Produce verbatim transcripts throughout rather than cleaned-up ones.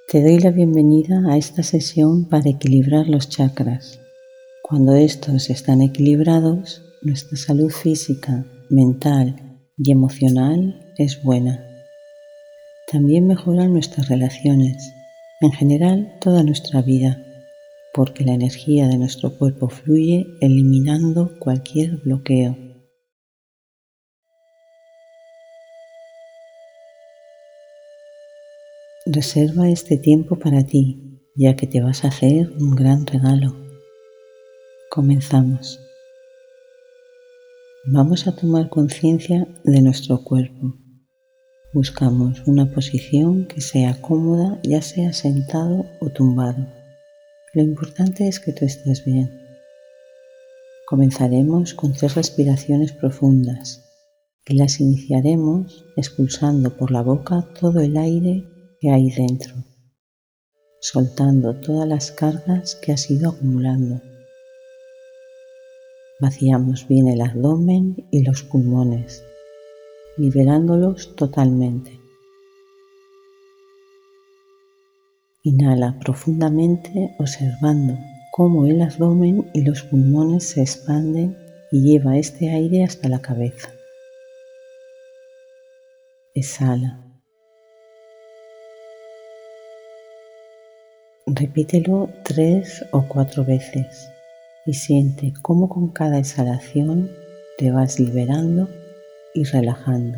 Te doy la bienvenida a esta sesión para equilibrar los chakras. Cuando estos están equilibrados, nuestra salud física, mental y emocional es buena. También mejoran nuestras relaciones, en general toda nuestra vida, porque la energía de nuestro cuerpo fluye eliminando cualquier bloqueo. Reserva este tiempo para ti, ya que te vas a hacer un gran regalo. Comenzamos. Vamos a tomar conciencia de nuestro cuerpo. Buscamos una posición que sea cómoda, ya sea sentado o tumbado. Lo importante es que tú estés bien. Comenzaremos con tres respiraciones profundas y las iniciaremos expulsando por la boca todo el aire que hay dentro, soltando todas las cargas que has ido acumulando. Vaciamos bien el abdomen y los pulmones, liberándolos totalmente. Inhala profundamente observando cómo el abdomen y los pulmones se expanden y lleva este aire hasta la cabeza. Exhala. Repítelo tres o cuatro veces y siente cómo con cada exhalación te vas liberando y relajando.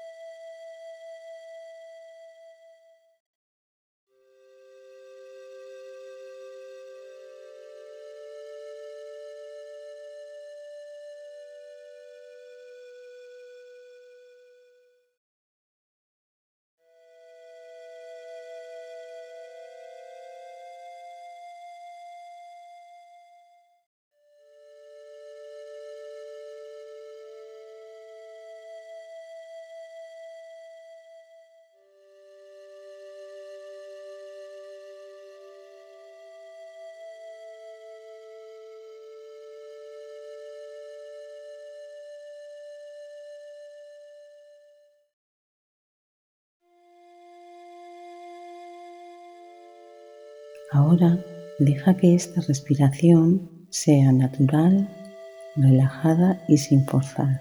Ahora deja que esta respiración sea natural, relajada y sin forzar.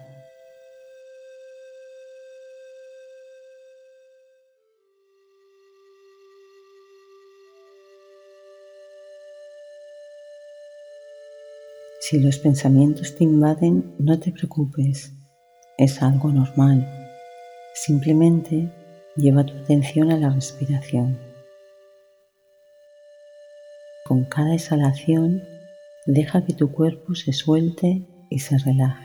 Si los pensamientos te invaden, no te preocupes, es algo normal. Simplemente lleva tu atención a la respiración. Con cada exhalación, deja que tu cuerpo se suelte y se relaje.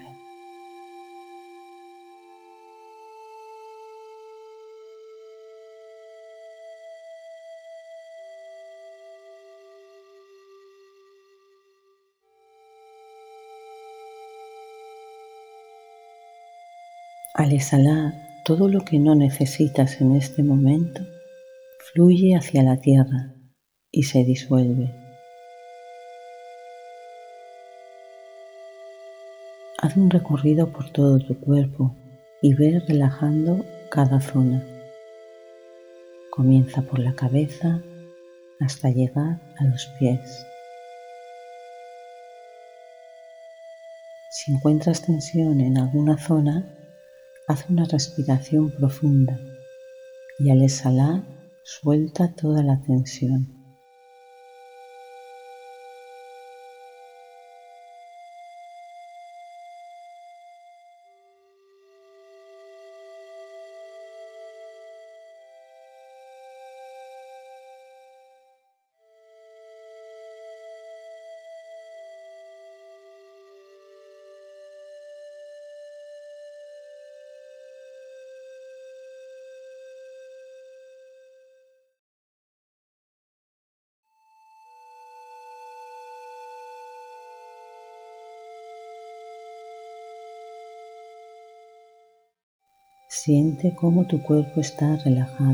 Al exhalar, todo lo que no necesitas en este momento fluye hacia la tierra y se disuelve. Haz un recorrido por todo tu cuerpo y ve relajando cada zona. Comienza por la cabeza hasta llegar a los pies. Si encuentras tensión en alguna zona, haz una respiración profunda y al exhalar suelta toda la tensión. Siente cómo tu cuerpo está relajado.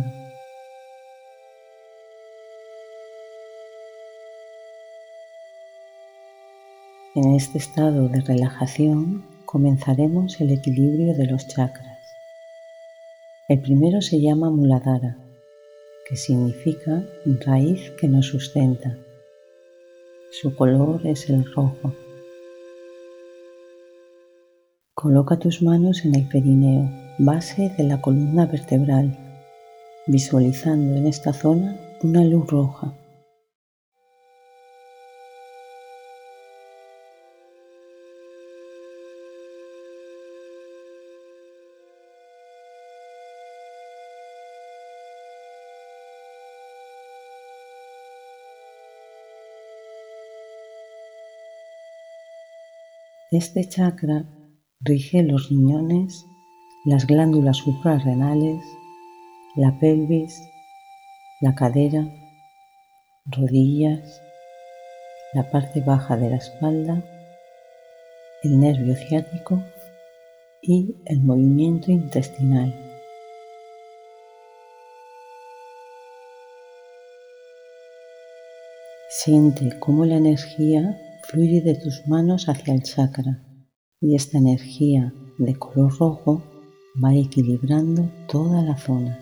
En este estado de relajación comenzaremos el equilibrio de los chakras. El primero se llama Muladhara que significa raíz que nos sustenta. Su color es el rojo. Coloca tus manos en el perineo, base de la columna vertebral, visualizando en esta zona una luz roja. Este chakra rige los riñones, las glándulas suprarrenales, la pelvis, la cadera, rodillas, la parte baja de la espalda, el nervio ciático y el movimiento intestinal. Siente cómo la energía fluye de tus manos hacia el chakra y esta energía de color rojo va equilibrando toda la zona.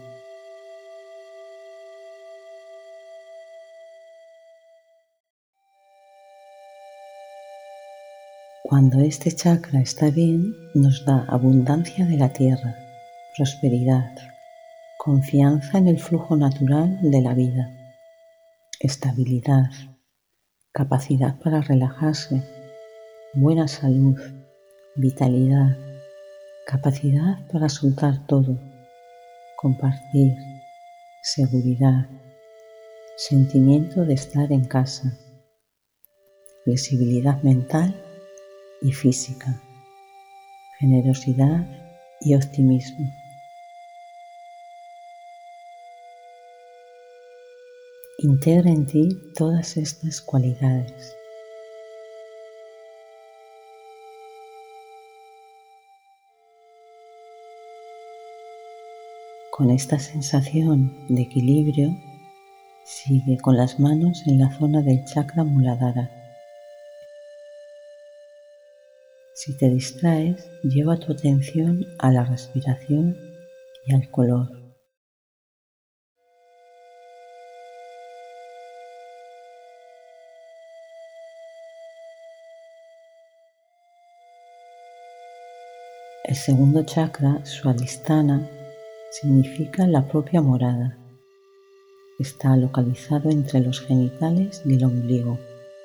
Cuando este chakra está bien, nos da abundancia de la tierra, prosperidad, confianza en el flujo natural de la vida, estabilidad, capacidad para relajarse, buena salud, vitalidad, capacidad para soltar todo, compartir, seguridad, sentimiento de estar en casa, flexibilidad mental y física, generosidad y optimismo. Integra en ti todas estas cualidades. Con esta sensación de equilibrio, sigue con las manos en la zona del chakra Muladhara. Si te distraes, lleva tu atención a la respiración y al color. El segundo chakra, Swadhisthana, significa la propia morada. Está localizado entre los genitales y el ombligo.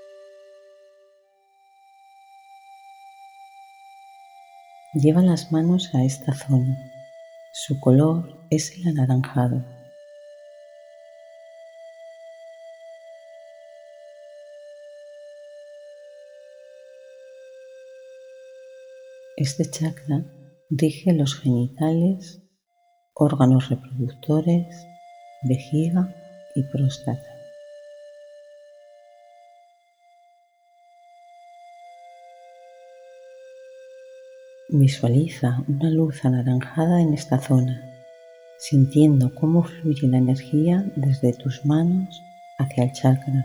Lleva las manos a esta zona. Su color es el anaranjado. Este chakra rige los genitales, órganos reproductores, vejiga y próstata. Visualiza una luz anaranjada en esta zona, sintiendo cómo fluye la energía desde tus manos hacia el chakra.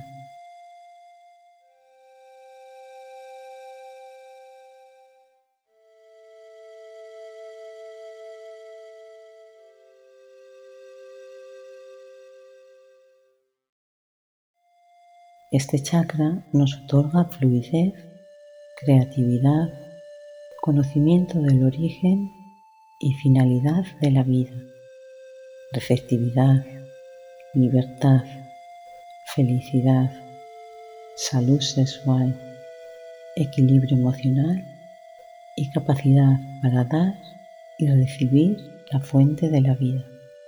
Este chakra nos otorga fluidez, creatividad, conocimiento del origen y finalidad de la vida, receptividad, libertad, felicidad, salud sexual, equilibrio emocional y capacidad para dar y recibir la fuente de la vida.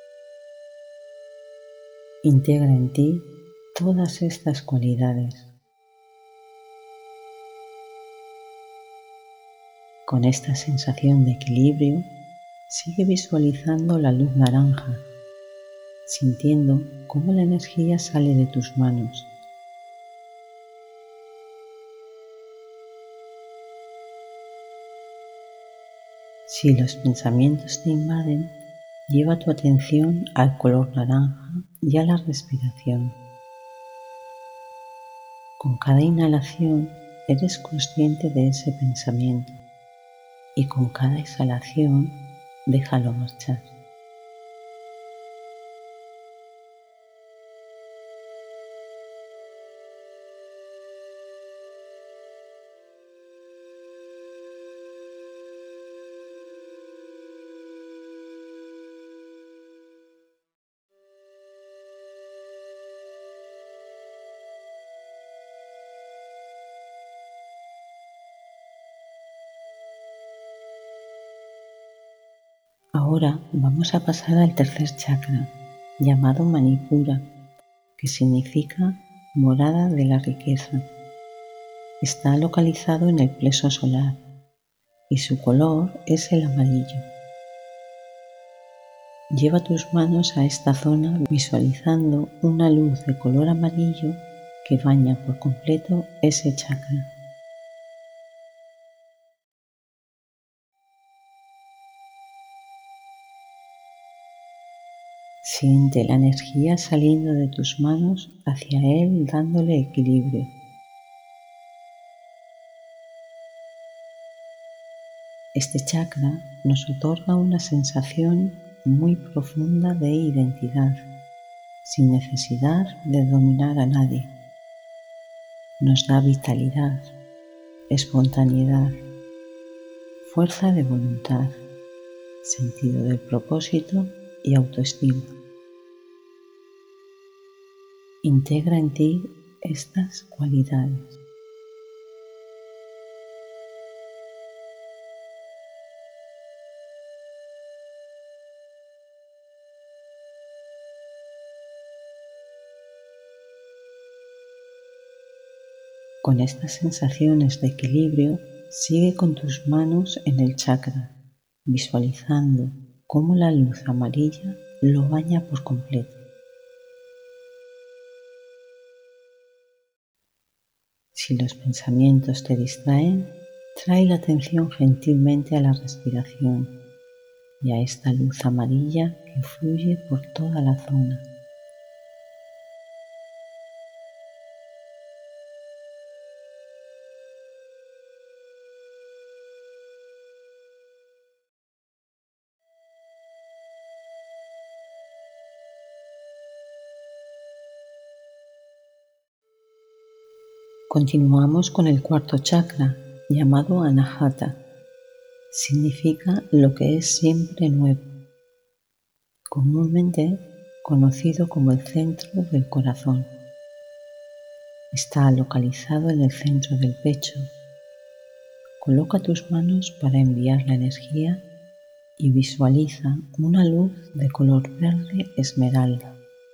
Integra en ti todas estas cualidades. Con esta sensación de equilibrio, sigue visualizando la luz naranja, sintiendo cómo la energía sale de tus manos. Si los pensamientos te invaden, lleva tu atención al color naranja y a la respiración. Con cada inhalación eres consciente de ese pensamiento y con cada exhalación déjalo marchar. Ahora vamos a pasar al tercer chakra, llamado Manipura, que significa morada de la riqueza. Está localizado en el plexo solar y su color es el amarillo. Lleva tus manos a esta zona visualizando una luz de color amarillo que baña por completo ese chakra. Siente la energía saliendo de tus manos hacia él dándole equilibrio. Este chakra nos otorga una sensación muy profunda de identidad, sin necesidad de dominar a nadie. Nos da vitalidad, espontaneidad, fuerza de voluntad, sentido del propósito y autoestima. Integra en ti estas cualidades. Con estas sensaciones de equilibrio, sigue con tus manos en el chakra, visualizando cómo la luz amarilla lo baña por completo. Si los pensamientos te distraen, trae la atención gentilmente a la respiración y a esta luz amarilla que fluye por toda la zona. Continuamos con el cuarto chakra, llamado Anahata. Significa lo que es siempre nuevo, comúnmente conocido como el centro del corazón. Está localizado en el centro del pecho. Coloca tus manos para enviar la energía y visualiza una luz de color verde esmeralda.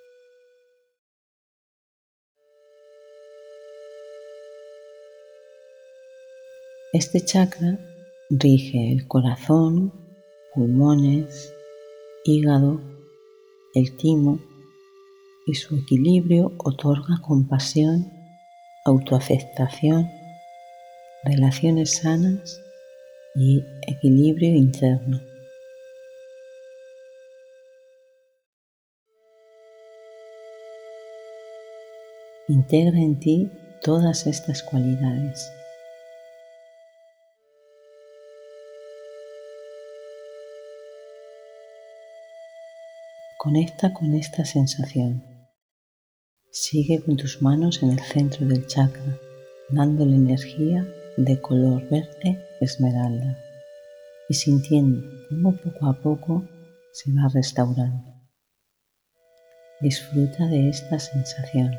Este chakra rige el corazón, pulmones, hígado, el timo y su equilibrio otorga compasión, autoaceptación, relaciones sanas y equilibrio interno. Integra en ti todas estas cualidades. Conecta con esta sensación. Sigue con tus manos en el centro del chakra, dándole energía de color verde esmeralda y sintiendo cómo poco a poco se va restaurando. Disfruta de esta sensación.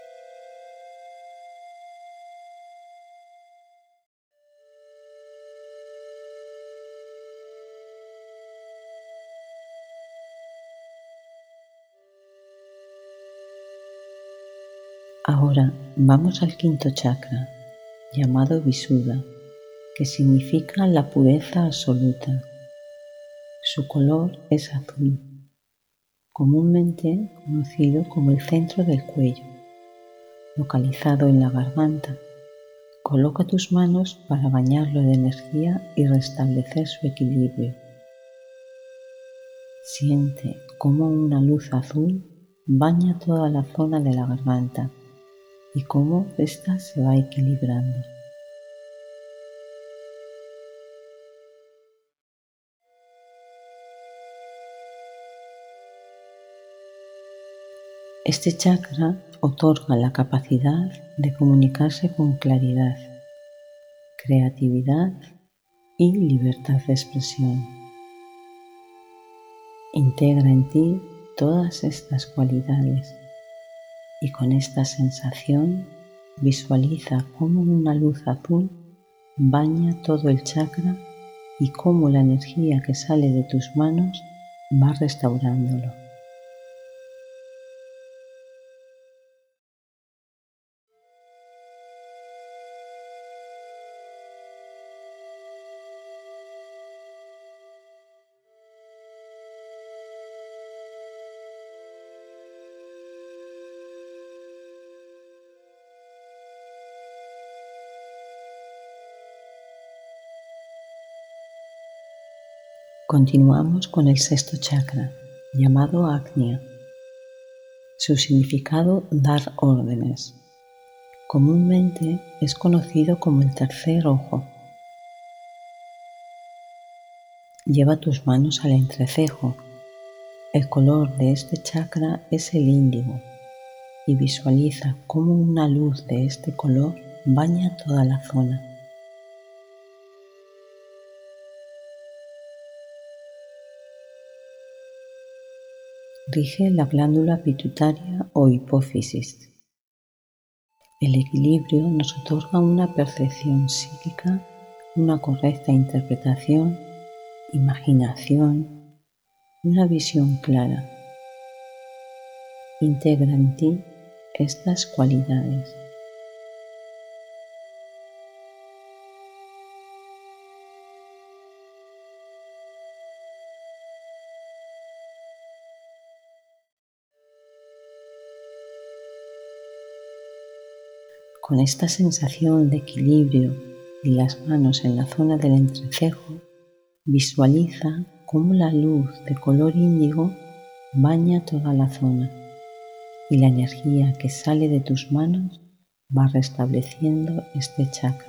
Ahora vamos al quinto chakra, llamado Visuddha, que significa la pureza absoluta. Su color es azul, comúnmente conocido como el centro del cuello, localizado en la garganta. Coloca tus manos para bañarlo de energía y restablecer su equilibrio. Siente cómo una luz azul baña toda la zona de la garganta y cómo ésta se va equilibrando. Este chakra otorga la capacidad de comunicarse con claridad, creatividad y libertad de expresión. Integra en ti todas estas cualidades y con esta sensación visualiza cómo una luz azul baña todo el chakra y cómo la energía que sale de tus manos va restaurándolo. Continuamos con el sexto chakra, llamado Ajna. Su significado: dar órdenes. Comúnmente es conocido como el tercer ojo. Lleva tus manos al entrecejo. El color de este chakra es el índigo y visualiza cómo una luz de este color baña toda la zona. Rige la glándula pituitaria o hipófisis. El equilibrio nos otorga una percepción psíquica, una correcta interpretación, imaginación, una visión clara. Integra en ti estas cualidades. Con esta sensación de equilibrio y las manos en la zona del entrecejo, visualiza cómo la luz de color índigo baña toda la zona y la energía que sale de tus manos va restableciendo este chakra.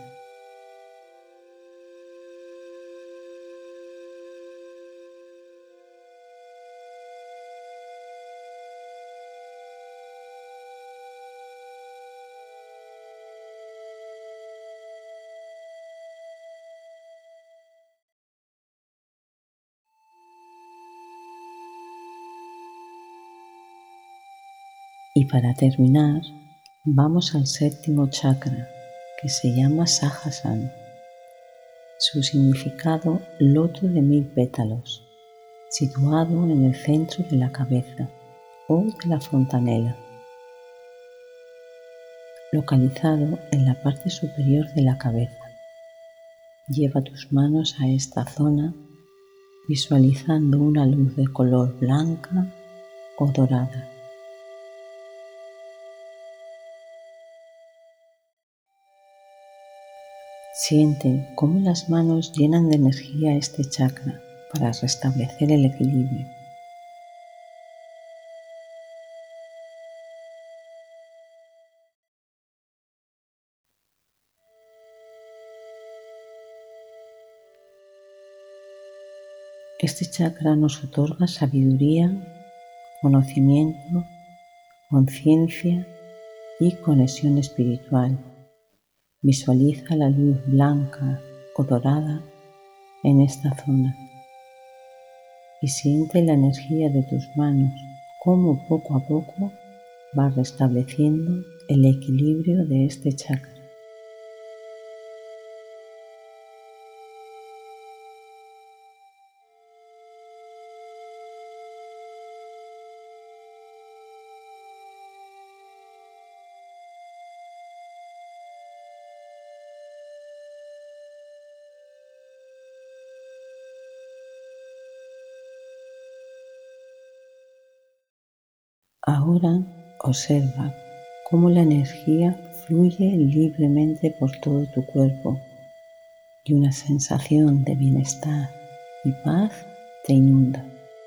Y para terminar, vamos al séptimo chakra, que se llama Sahasrara. Su significado: loto de mil pétalos, situado en el centro de la cabeza o de la fontanela. Localizado en la parte superior de la cabeza. Lleva tus manos a esta zona visualizando una luz de color blanca o dorada. Siente cómo las manos llenan de energía este chakra para restablecer el equilibrio. Este chakra nos otorga sabiduría, conocimiento, conciencia y conexión espiritual. Visualiza la luz blanca o dorada en esta zona y siente la energía de tus manos, cómo poco a poco va restableciendo el equilibrio de este chakra. Ahora observa cómo la energía fluye libremente por todo tu cuerpo y una sensación de bienestar y paz te inunda.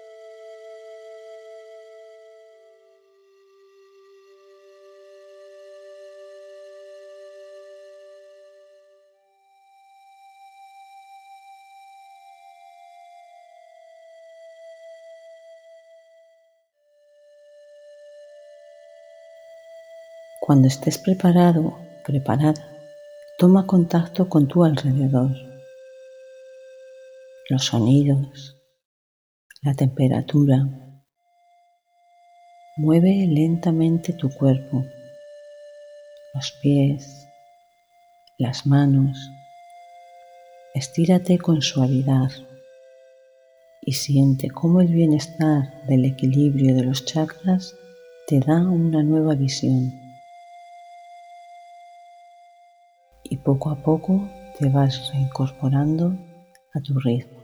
Cuando estés preparado, preparada, toma contacto con tu alrededor. Los sonidos, la temperatura. Mueve lentamente tu cuerpo, los pies, las manos. Estírate con suavidad y siente cómo el bienestar del equilibrio de los chakras te da una nueva visión. Y poco a poco te vas reincorporando a tu ritmo.